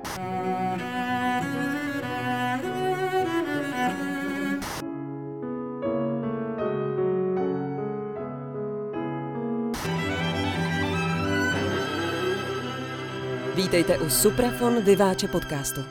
Vítejte u Suprafon Vyváče podcastu.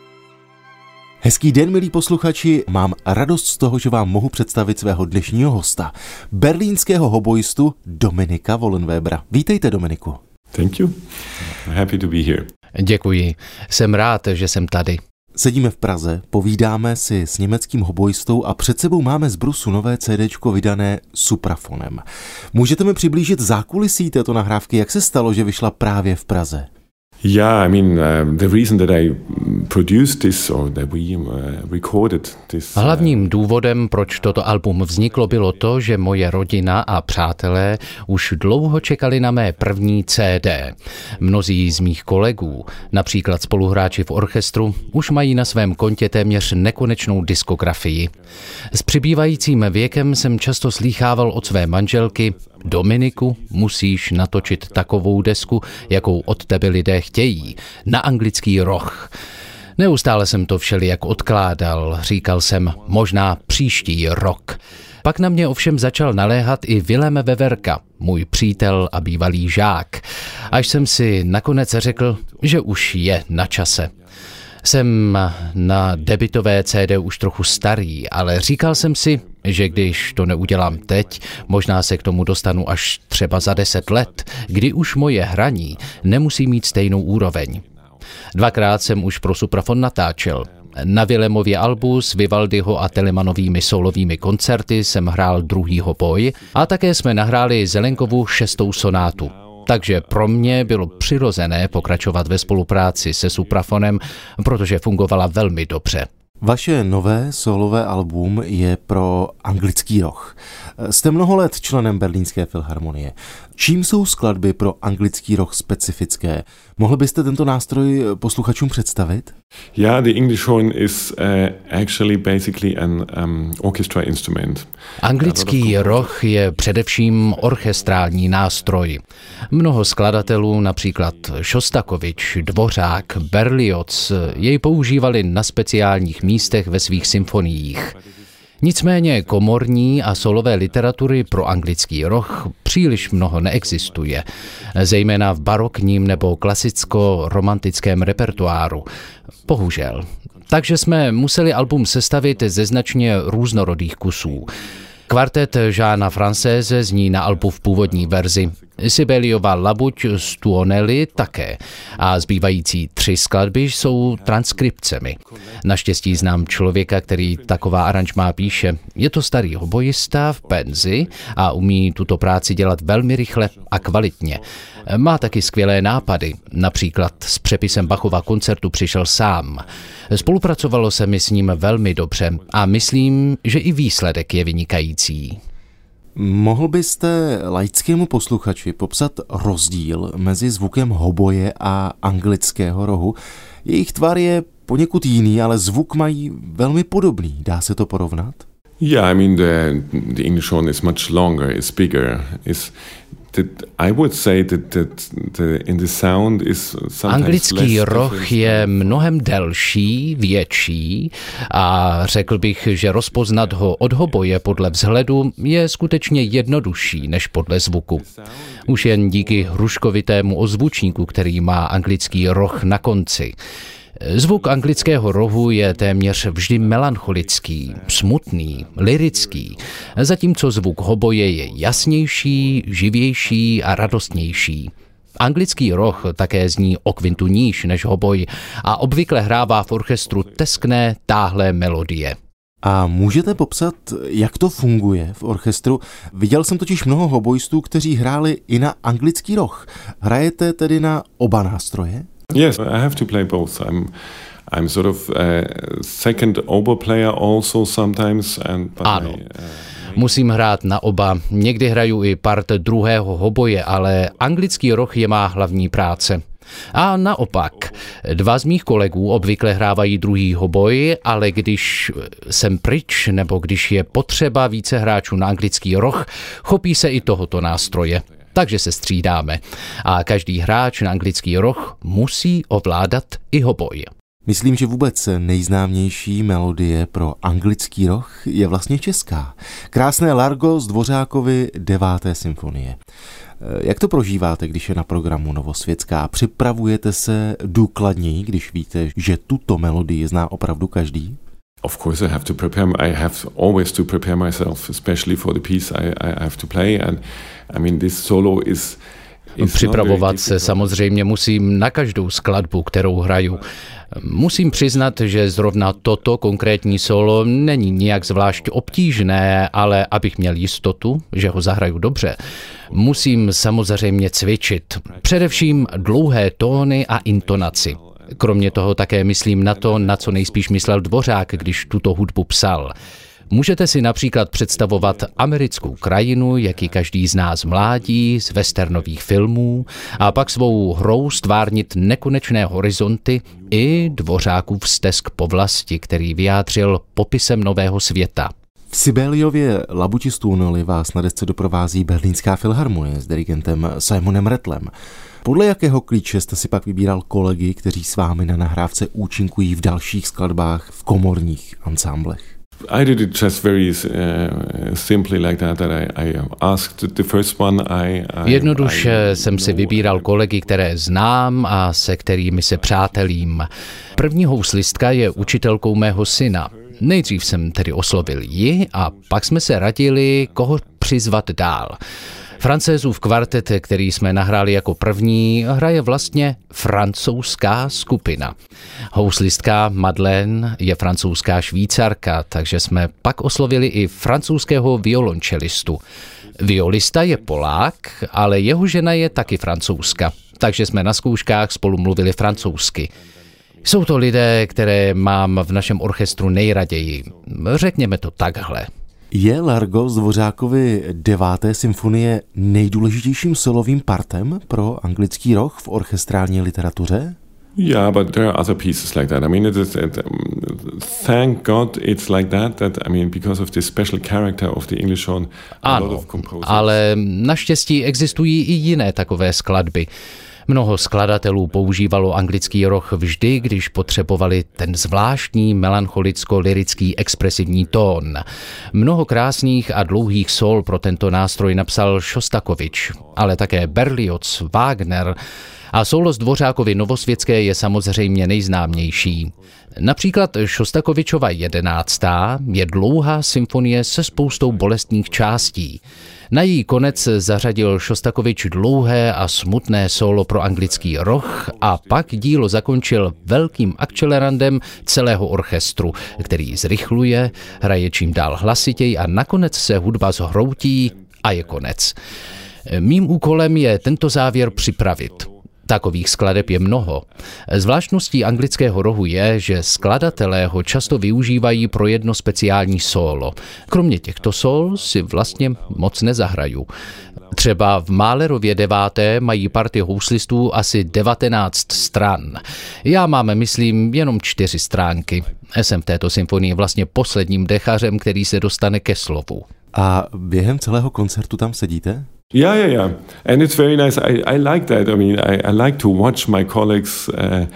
Hezký den, milí posluchači, mám radost z toho, že vám mohu představit svého dnešního hosta, berlínského hoboistu Dominika Wollenwebera. Vítejte, Dominiku. Thank you. I'm happy to be here. Děkuji. Jsem rád, že jsem tady. Sedíme v Praze, povídáme si s německým hoboistou a před sebou máme z brusu nové CDčko vydané Suprafonem. Můžete mi přiblížit zákulisí této nahrávky, jak se stalo, že vyšla právě v Praze? Yeah, I mean, the reason that I produced this or that we recorded this. Hlavním důvodem, proč toto album vzniklo, bylo to, že moje rodina a přátelé už dlouho čekali na mé první CD. Mnozí z mých kolegů, například spoluhráči v orchestru, už mají na svém kontě téměř nekonečnou diskografii. S přibývajícím věkem jsem často slýchával od své manželky: Dominiku, musíš natočit takovou desku, jakou od tebe lidé chtějí, na anglický roh. Neustále jsem to všelijak odkládal, říkal jsem, možná příští rok. Pak na mě ovšem začal naléhat i Vilém Weverka, můj přítel a bývalý žák, až jsem si nakonec řekl, že už je na čase. Jsem na debutové CD už trochu starý, ale říkal jsem si, že když to neudělám teď, možná se k tomu dostanu až třeba za 10 let, kdy už moje hraní nemusí mít stejnou úroveň. Dvakrát jsem už pro Suprafon natáčel. Na Vilémově albu s Vivaldiho a Telemanovými solovými koncerty jsem hrál druhý hoboj a také jsme nahráli Zelenkovu 6. sonátu. Takže pro mě bylo přirozené pokračovat ve spolupráci se Suprafonem, protože fungovala velmi dobře. Vaše nové solové album je pro anglický roh. Jste mnoho let členem Berlínské filharmonie. Čím jsou skladby pro anglický roh specifické? Mohl byste tento nástroj posluchačům představit? Yeah, the English horn is actually basically an orchestra instrument. Anglický roh je především orchestrální nástroj. Mnoho skladatelů, například Šostakovič, Dvořák, Berlioz, jej používali na speciálních místech ve svých symfoniích. Nicméně komorní a solové literatury pro anglický roh příliš mnoho neexistuje, zejména v barokním nebo klasicko-romantickém repertoáru. Bohužel. Takže jsme museli album sestavit ze značně různorodých kusů. Kvartet Jeana Française zní na albu v původní verzi, Sibeliova Labuť z Tuonely také a zbývající 3 skladby jsou transkripcemi. Naštěstí znám člověka, který taková aranžmá píše. Je to starý hobojista v penzi a umí tuto práci dělat velmi rychle a kvalitně. Má taky skvělé nápady, například s přepisem Bachova koncertu přišel sám. Spolupracovalo se mi s ním velmi dobře a myslím, že i výsledek je vynikající. Mohl byste laickému posluchači popsat rozdíl mezi zvukem hoboje a anglického rohu? Jejich tvar je poněkud jiný, ale zvuk mají velmi podobný. Dá se to porovnat? Yeah, I mean the English horn is much longer, it's bigger. I would say that in the sound is sometimes anglický roh je mnohem delší, větší a řekl bych, že rozpoznat ho od hoboje podle vzhledu je skutečně jednodušší než podle zvuku. Už jen díky hruškovitému ozvučníku, který má anglický roh na konci. Zvuk anglického rohu je téměř vždy melancholický, smutný, lyrický, zatímco zvuk hoboje je jasnější, živější a radostnější. Anglický roh také zní o kvintu níž než hoboj a obvykle hrává v orchestru teskné, táhlé melodie. A můžete popsat, jak to funguje v orchestru? Viděl jsem totiž mnoho hobojistů, kteří hráli i na anglický roh. Hrajete tedy na oba nástroje? Yes, I have to play both. I'm sort of a second oboe player also sometimes. Ano, musím hrát na oba. Někdy hraju i part druhého hoboje, ale anglický roh je má hlavní práce. A naopak, 2 z mých kolegů obvykle hrávají druhý hoboj, ale když jsem pryč nebo když je potřeba více hráčů na anglický roh, chopí se i tohoto nástroje. takže se střídáme. A každý hráč na anglický roh musí ovládat i hoboj. Myslím, že vůbec nejznámější melodie pro anglický roh je vlastně česká. Krásné Largo z Dvořákovy 9. symfonie. Jak to prožíváte, když je na programu Novosvětská? Připravujete se důkladněji, když víte, že tuto melodii zná opravdu každý? Of course, I have always to prepare myself, especially for the piece I have to play. And I mean, this solo is Připravovat se samozřejmě musím na každou skladbu, kterou hraju. Musím přiznat, že zrovna toto konkrétní solo není nijak zvlášť obtížné, ale abych měl jistotu, že ho zahraju dobře, musím samozřejmě cvičit. Především dlouhé tóny a intonaci. Kromě toho také myslím na to, na co nejspíš myslel Dvořák, když tuto hudbu psal. Můžete si například představovat americkou krajinu, jak ji každý zná z mládí, z westernových filmů, a pak svou hrou stvárnit nekonečné horizonty i Dvořákův stesk po vlasti, který vyjádřil popisem nového světa. V Sibeliově Labutistůnoli vás na desce doprovází Berlínská filharmonie s dirigentem Simonem Rattlem. Podle jakého klíče jste si pak vybíral kolegy, kteří s vámi na nahrávce účinkují v dalších skladbách v komorních ansámblech? I did it just very simply like that I asked the first one. Jednoduše jsem si vybíral kolegy, které znám a se kterými se přátelím. První houslistka je učitelkou mého syna. Nejdřív jsem tedy oslovil ji a pak jsme se radili, koho přizvat dál. Francézův kvartet, který jsme nahráli jako první, hraje vlastně francouzská skupina. Houslistka Madeleine je francouzská Švýcarka, takže jsme pak oslovili i francouzského violončelistu. Violista je Polák, ale jeho žena je taky Francouzka, takže jsme na zkouškách spolu mluvili francouzsky. Jsou to lidé, které mám v našem orchestru nejraději. Řekněme to takhle. Je Largo z Dvořákovy 9. symfonie nejdůležitějším solovým partem pro anglický roh v orchestrální literatuře? Yeah, but there are other pieces like that. I mean, thank God it's like that. I mean, because of the special character of the English horn. Ano, ale naštěstí existují i jiné takové skladby. Mnoho skladatelů používalo anglický roh vždy, když potřebovali ten zvláštní melancholicko-lyrický expresivní tón. Mnoho krásných a dlouhých sol pro tento nástroj napsal Šostakovič, ale také Berlioz, Wagner, a solo z Dvořákovy Novosvětské je samozřejmě nejznámější. Například Šostakovičova 11. je dlouhá symfonie se spoustou bolestných částí. Na její konec zařadil Šostakovič dlouhé a smutné solo pro anglický roh a pak dílo zakončil velkým akcelerandem celého orchestru, který zrychluje, hraje čím dál hlasitěji a nakonec se hudba zhroutí a je konec. Mým úkolem je tento závěr připravit. Takových skladeb je mnoho. Zvláštností anglického rohu je, že skladatelé ho často využívají pro jedno speciální sólo. Kromě těchto sól si vlastně moc nezahraju. Třeba v Mahlerově 9. mají party houslistů asi 19 stran. Já mám, myslím, jenom 4 stránky. Jsem v této symfonii vlastně posledním dechařem, který se dostane ke slovu. A během celého koncertu tam sedíte? Yeah. And it's very nice. I like that. I mean, I like to watch my colleagues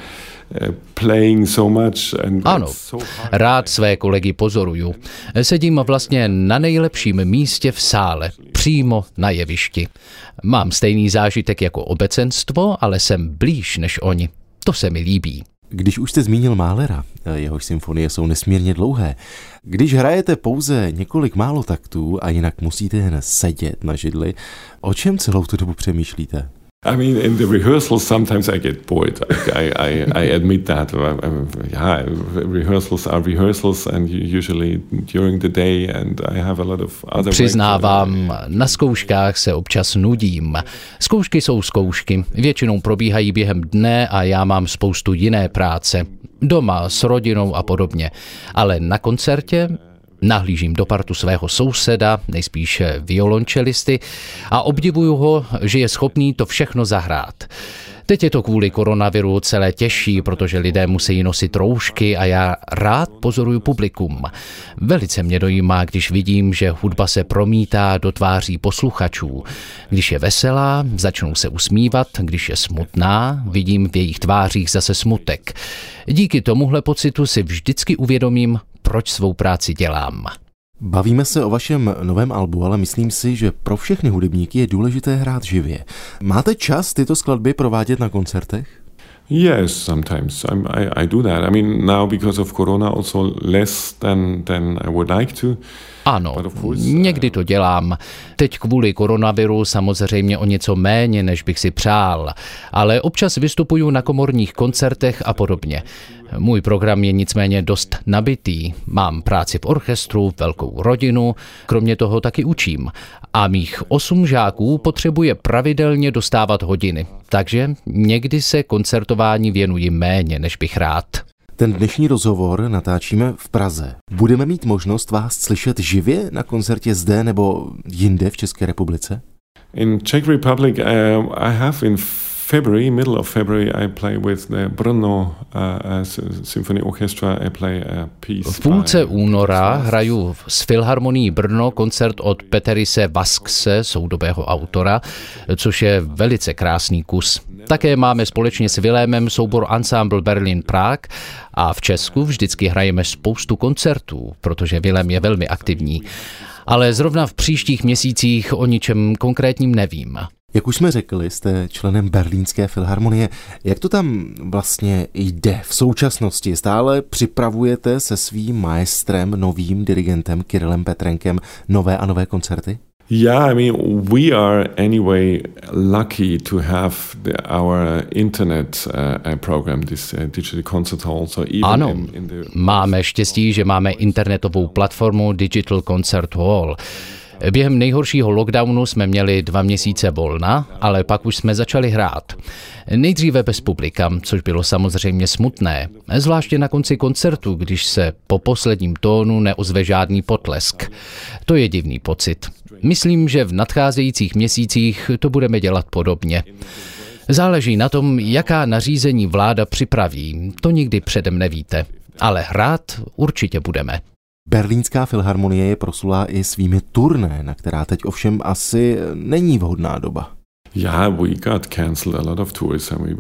playing so much. And ano, rád své kolegy pozoruju. Sedím vlastně na nejlepším místě v sále, přímo na jevišti. Mám stejný zážitek jako obecenstvo, ale jsem blíž než oni. To se mi líbí. Když už jste zmínil Mahlera, jehož symfonie jsou nesmírně dlouhé, když hrajete pouze několik málo taktů a jinak musíte jen sedět na židli, o čem celou tu dobu přemýšlíte? I mean, in the rehearsals, sometimes I get bored. I admit that. Rehearsals are rehearsals, and usually during the day, and I have a lot of other. Přiznávám, na zkouškách se občas nudím. Zkoušky jsou zkoušky, většinou probíhají během dne a já mám spoustu jiné práce. Doma, s rodinou a podobně. Ale na koncertě nahlížím do partu svého souseda, nejspíše violončelisty, a obdivuju ho, že je schopný to všechno zahrát. Teď je to kvůli koronaviru celé těžší, protože lidé musí nosit roušky a já rád pozoruju publikum. Velice mě dojímá, když vidím, že hudba se promítá do tváří posluchačů. Když je veselá, začnou se usmívat, když je smutná, vidím v jejich tvářích zase smutek. Díky tomuhle pocitu si vždycky uvědomím, proč svou práci dělám. Bavíme se o vašem novém albu, ale myslím si, že pro všechny hudebníky je důležité hrát živě. Máte čas tyto skladby provádět na koncertech? Yes, sometimes I do that. I mean, now because of Corona also less than I would like to. Ano, někdy to dělám. Teď kvůli koronaviru samozřejmě o něco méně, než bych si přál, ale občas vystupuju na komorních koncertech a podobně. Můj program je nicméně dost nabitý. Mám práci v orchestru, velkou rodinu, kromě toho taky učím. A mých 8 žáků potřebuje pravidelně dostávat hodiny, takže někdy se koncertování věnuji méně, než bych rád. Ten dnešní rozhovor natáčíme v Praze. Budeme mít možnost vás slyšet živě na koncertě zde nebo jinde v České republice? In Czech Republic, I have in February, middle of February, I play with the Brno Symphony Orchestra. I play a piece. V půlce února hraju s Filharmonií Brno koncert od Peterise Vaskse, soudobého autora, což je velice krásný kus. Také máme společně s Vilémem soubor Ensemble Berlin Prague a v Česku vždycky hrajeme spoustu koncertů, protože Vilém je velmi aktivní. Ale zrovna v příštích měsících o ničem konkrétním nevím. Jak už jsme řekli, jste členem Berlínské filharmonie. Jak to tam vlastně jde v současnosti? Stále připravujete se svým maestrem, novým dirigentem Kirillem Petrenkem nové a nové koncerty? Yeah, I mean, we are anyway lucky to have our internet program, this digital concert hall. So even ano, máme štěstí, že máme internetovou platformu Digital Concert Hall. Během nejhoršího lockdownu jsme měli 2 měsíce volna, ale pak už jsme začali hrát. Nejdříve bez publika, což bylo samozřejmě smutné, zvláště na konci koncertu, když se po posledním tónu neozve žádný potlesk. To je divný pocit. Myslím, že v nadcházejících měsících to budeme dělat podobně. Záleží na tom, jaká nařízení vláda připraví, to nikdy předem nevíte, ale hrát určitě budeme. Berlínská filharmonie je proslulá i svými turné, na která teď ovšem asi není vhodná doba. Yeah, we got cancelled a lot of tours and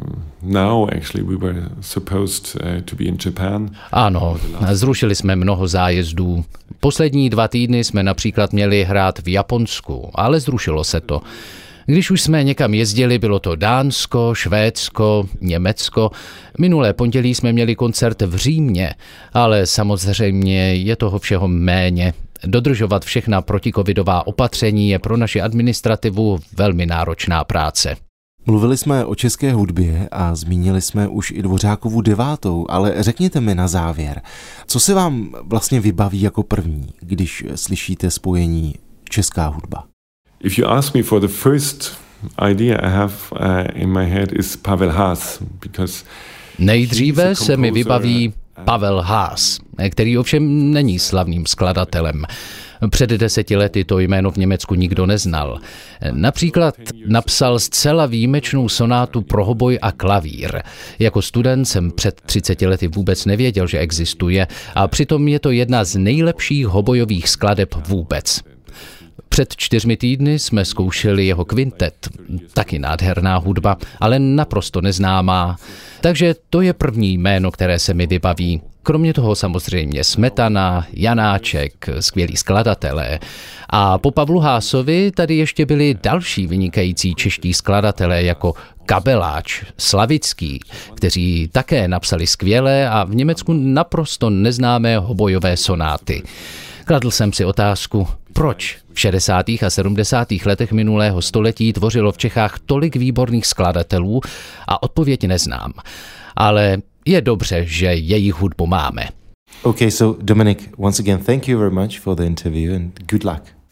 we were supposed to be in Japan. Ano, zrušili jsme mnoho zájezdů. Poslední 2 týdny jsme například měli hrát v Japonsku, ale zrušilo se to. Když už jsme někam jezdili, bylo to Dánsko, Švédsko, Německo. Minulé pondělí jsme měli koncert v Římě, ale samozřejmě je toho všeho méně. Dodržovat všechna protikovidová opatření je pro naši administrativu velmi náročná práce. Mluvili jsme o české hudbě a zmínili jsme už i Dvořákovu 9., ale řekněte mi na závěr, co se vám vlastně vybaví jako první, když slyšíte spojení česká hudba? If you ask me for the first idea I have in my head is Pavel Haas, because nejdříve se mi vybaví Pavel Haas, který ovšem není slavným skladatelem. Před 10 lety to jméno v Německu nikdo neznal. Například napsal zcela výjimečnou sonátu pro hoboj a klavír. Jako student jsem před 30 lety vůbec nevěděl, že existuje, a přitom je to jedna z nejlepších hobojových skladeb vůbec. Před 4 týdny jsme zkoušeli jeho kvintet, taky nádherná hudba, ale naprosto neznámá. Takže to je první jméno, které se mi vybaví. Kromě toho samozřejmě Smetana, Janáček, skvělí skladatelé. A po Pavlu Haasovi tady ještě byli další vynikající čeští skladatelé jako Kabeláč, Slavický, kteří také napsali skvělé a v Německu naprosto neznámé hobojové sonáty. Kladl jsem si otázku, proč v 60. a 70. letech minulého století tvořilo v Čechách tolik výborných skladatelů, a odpověď neznám. Ale je dobře, že jejich hudbu máme. Okay, so Dominik, once again, thank you very much for the interview and good luck.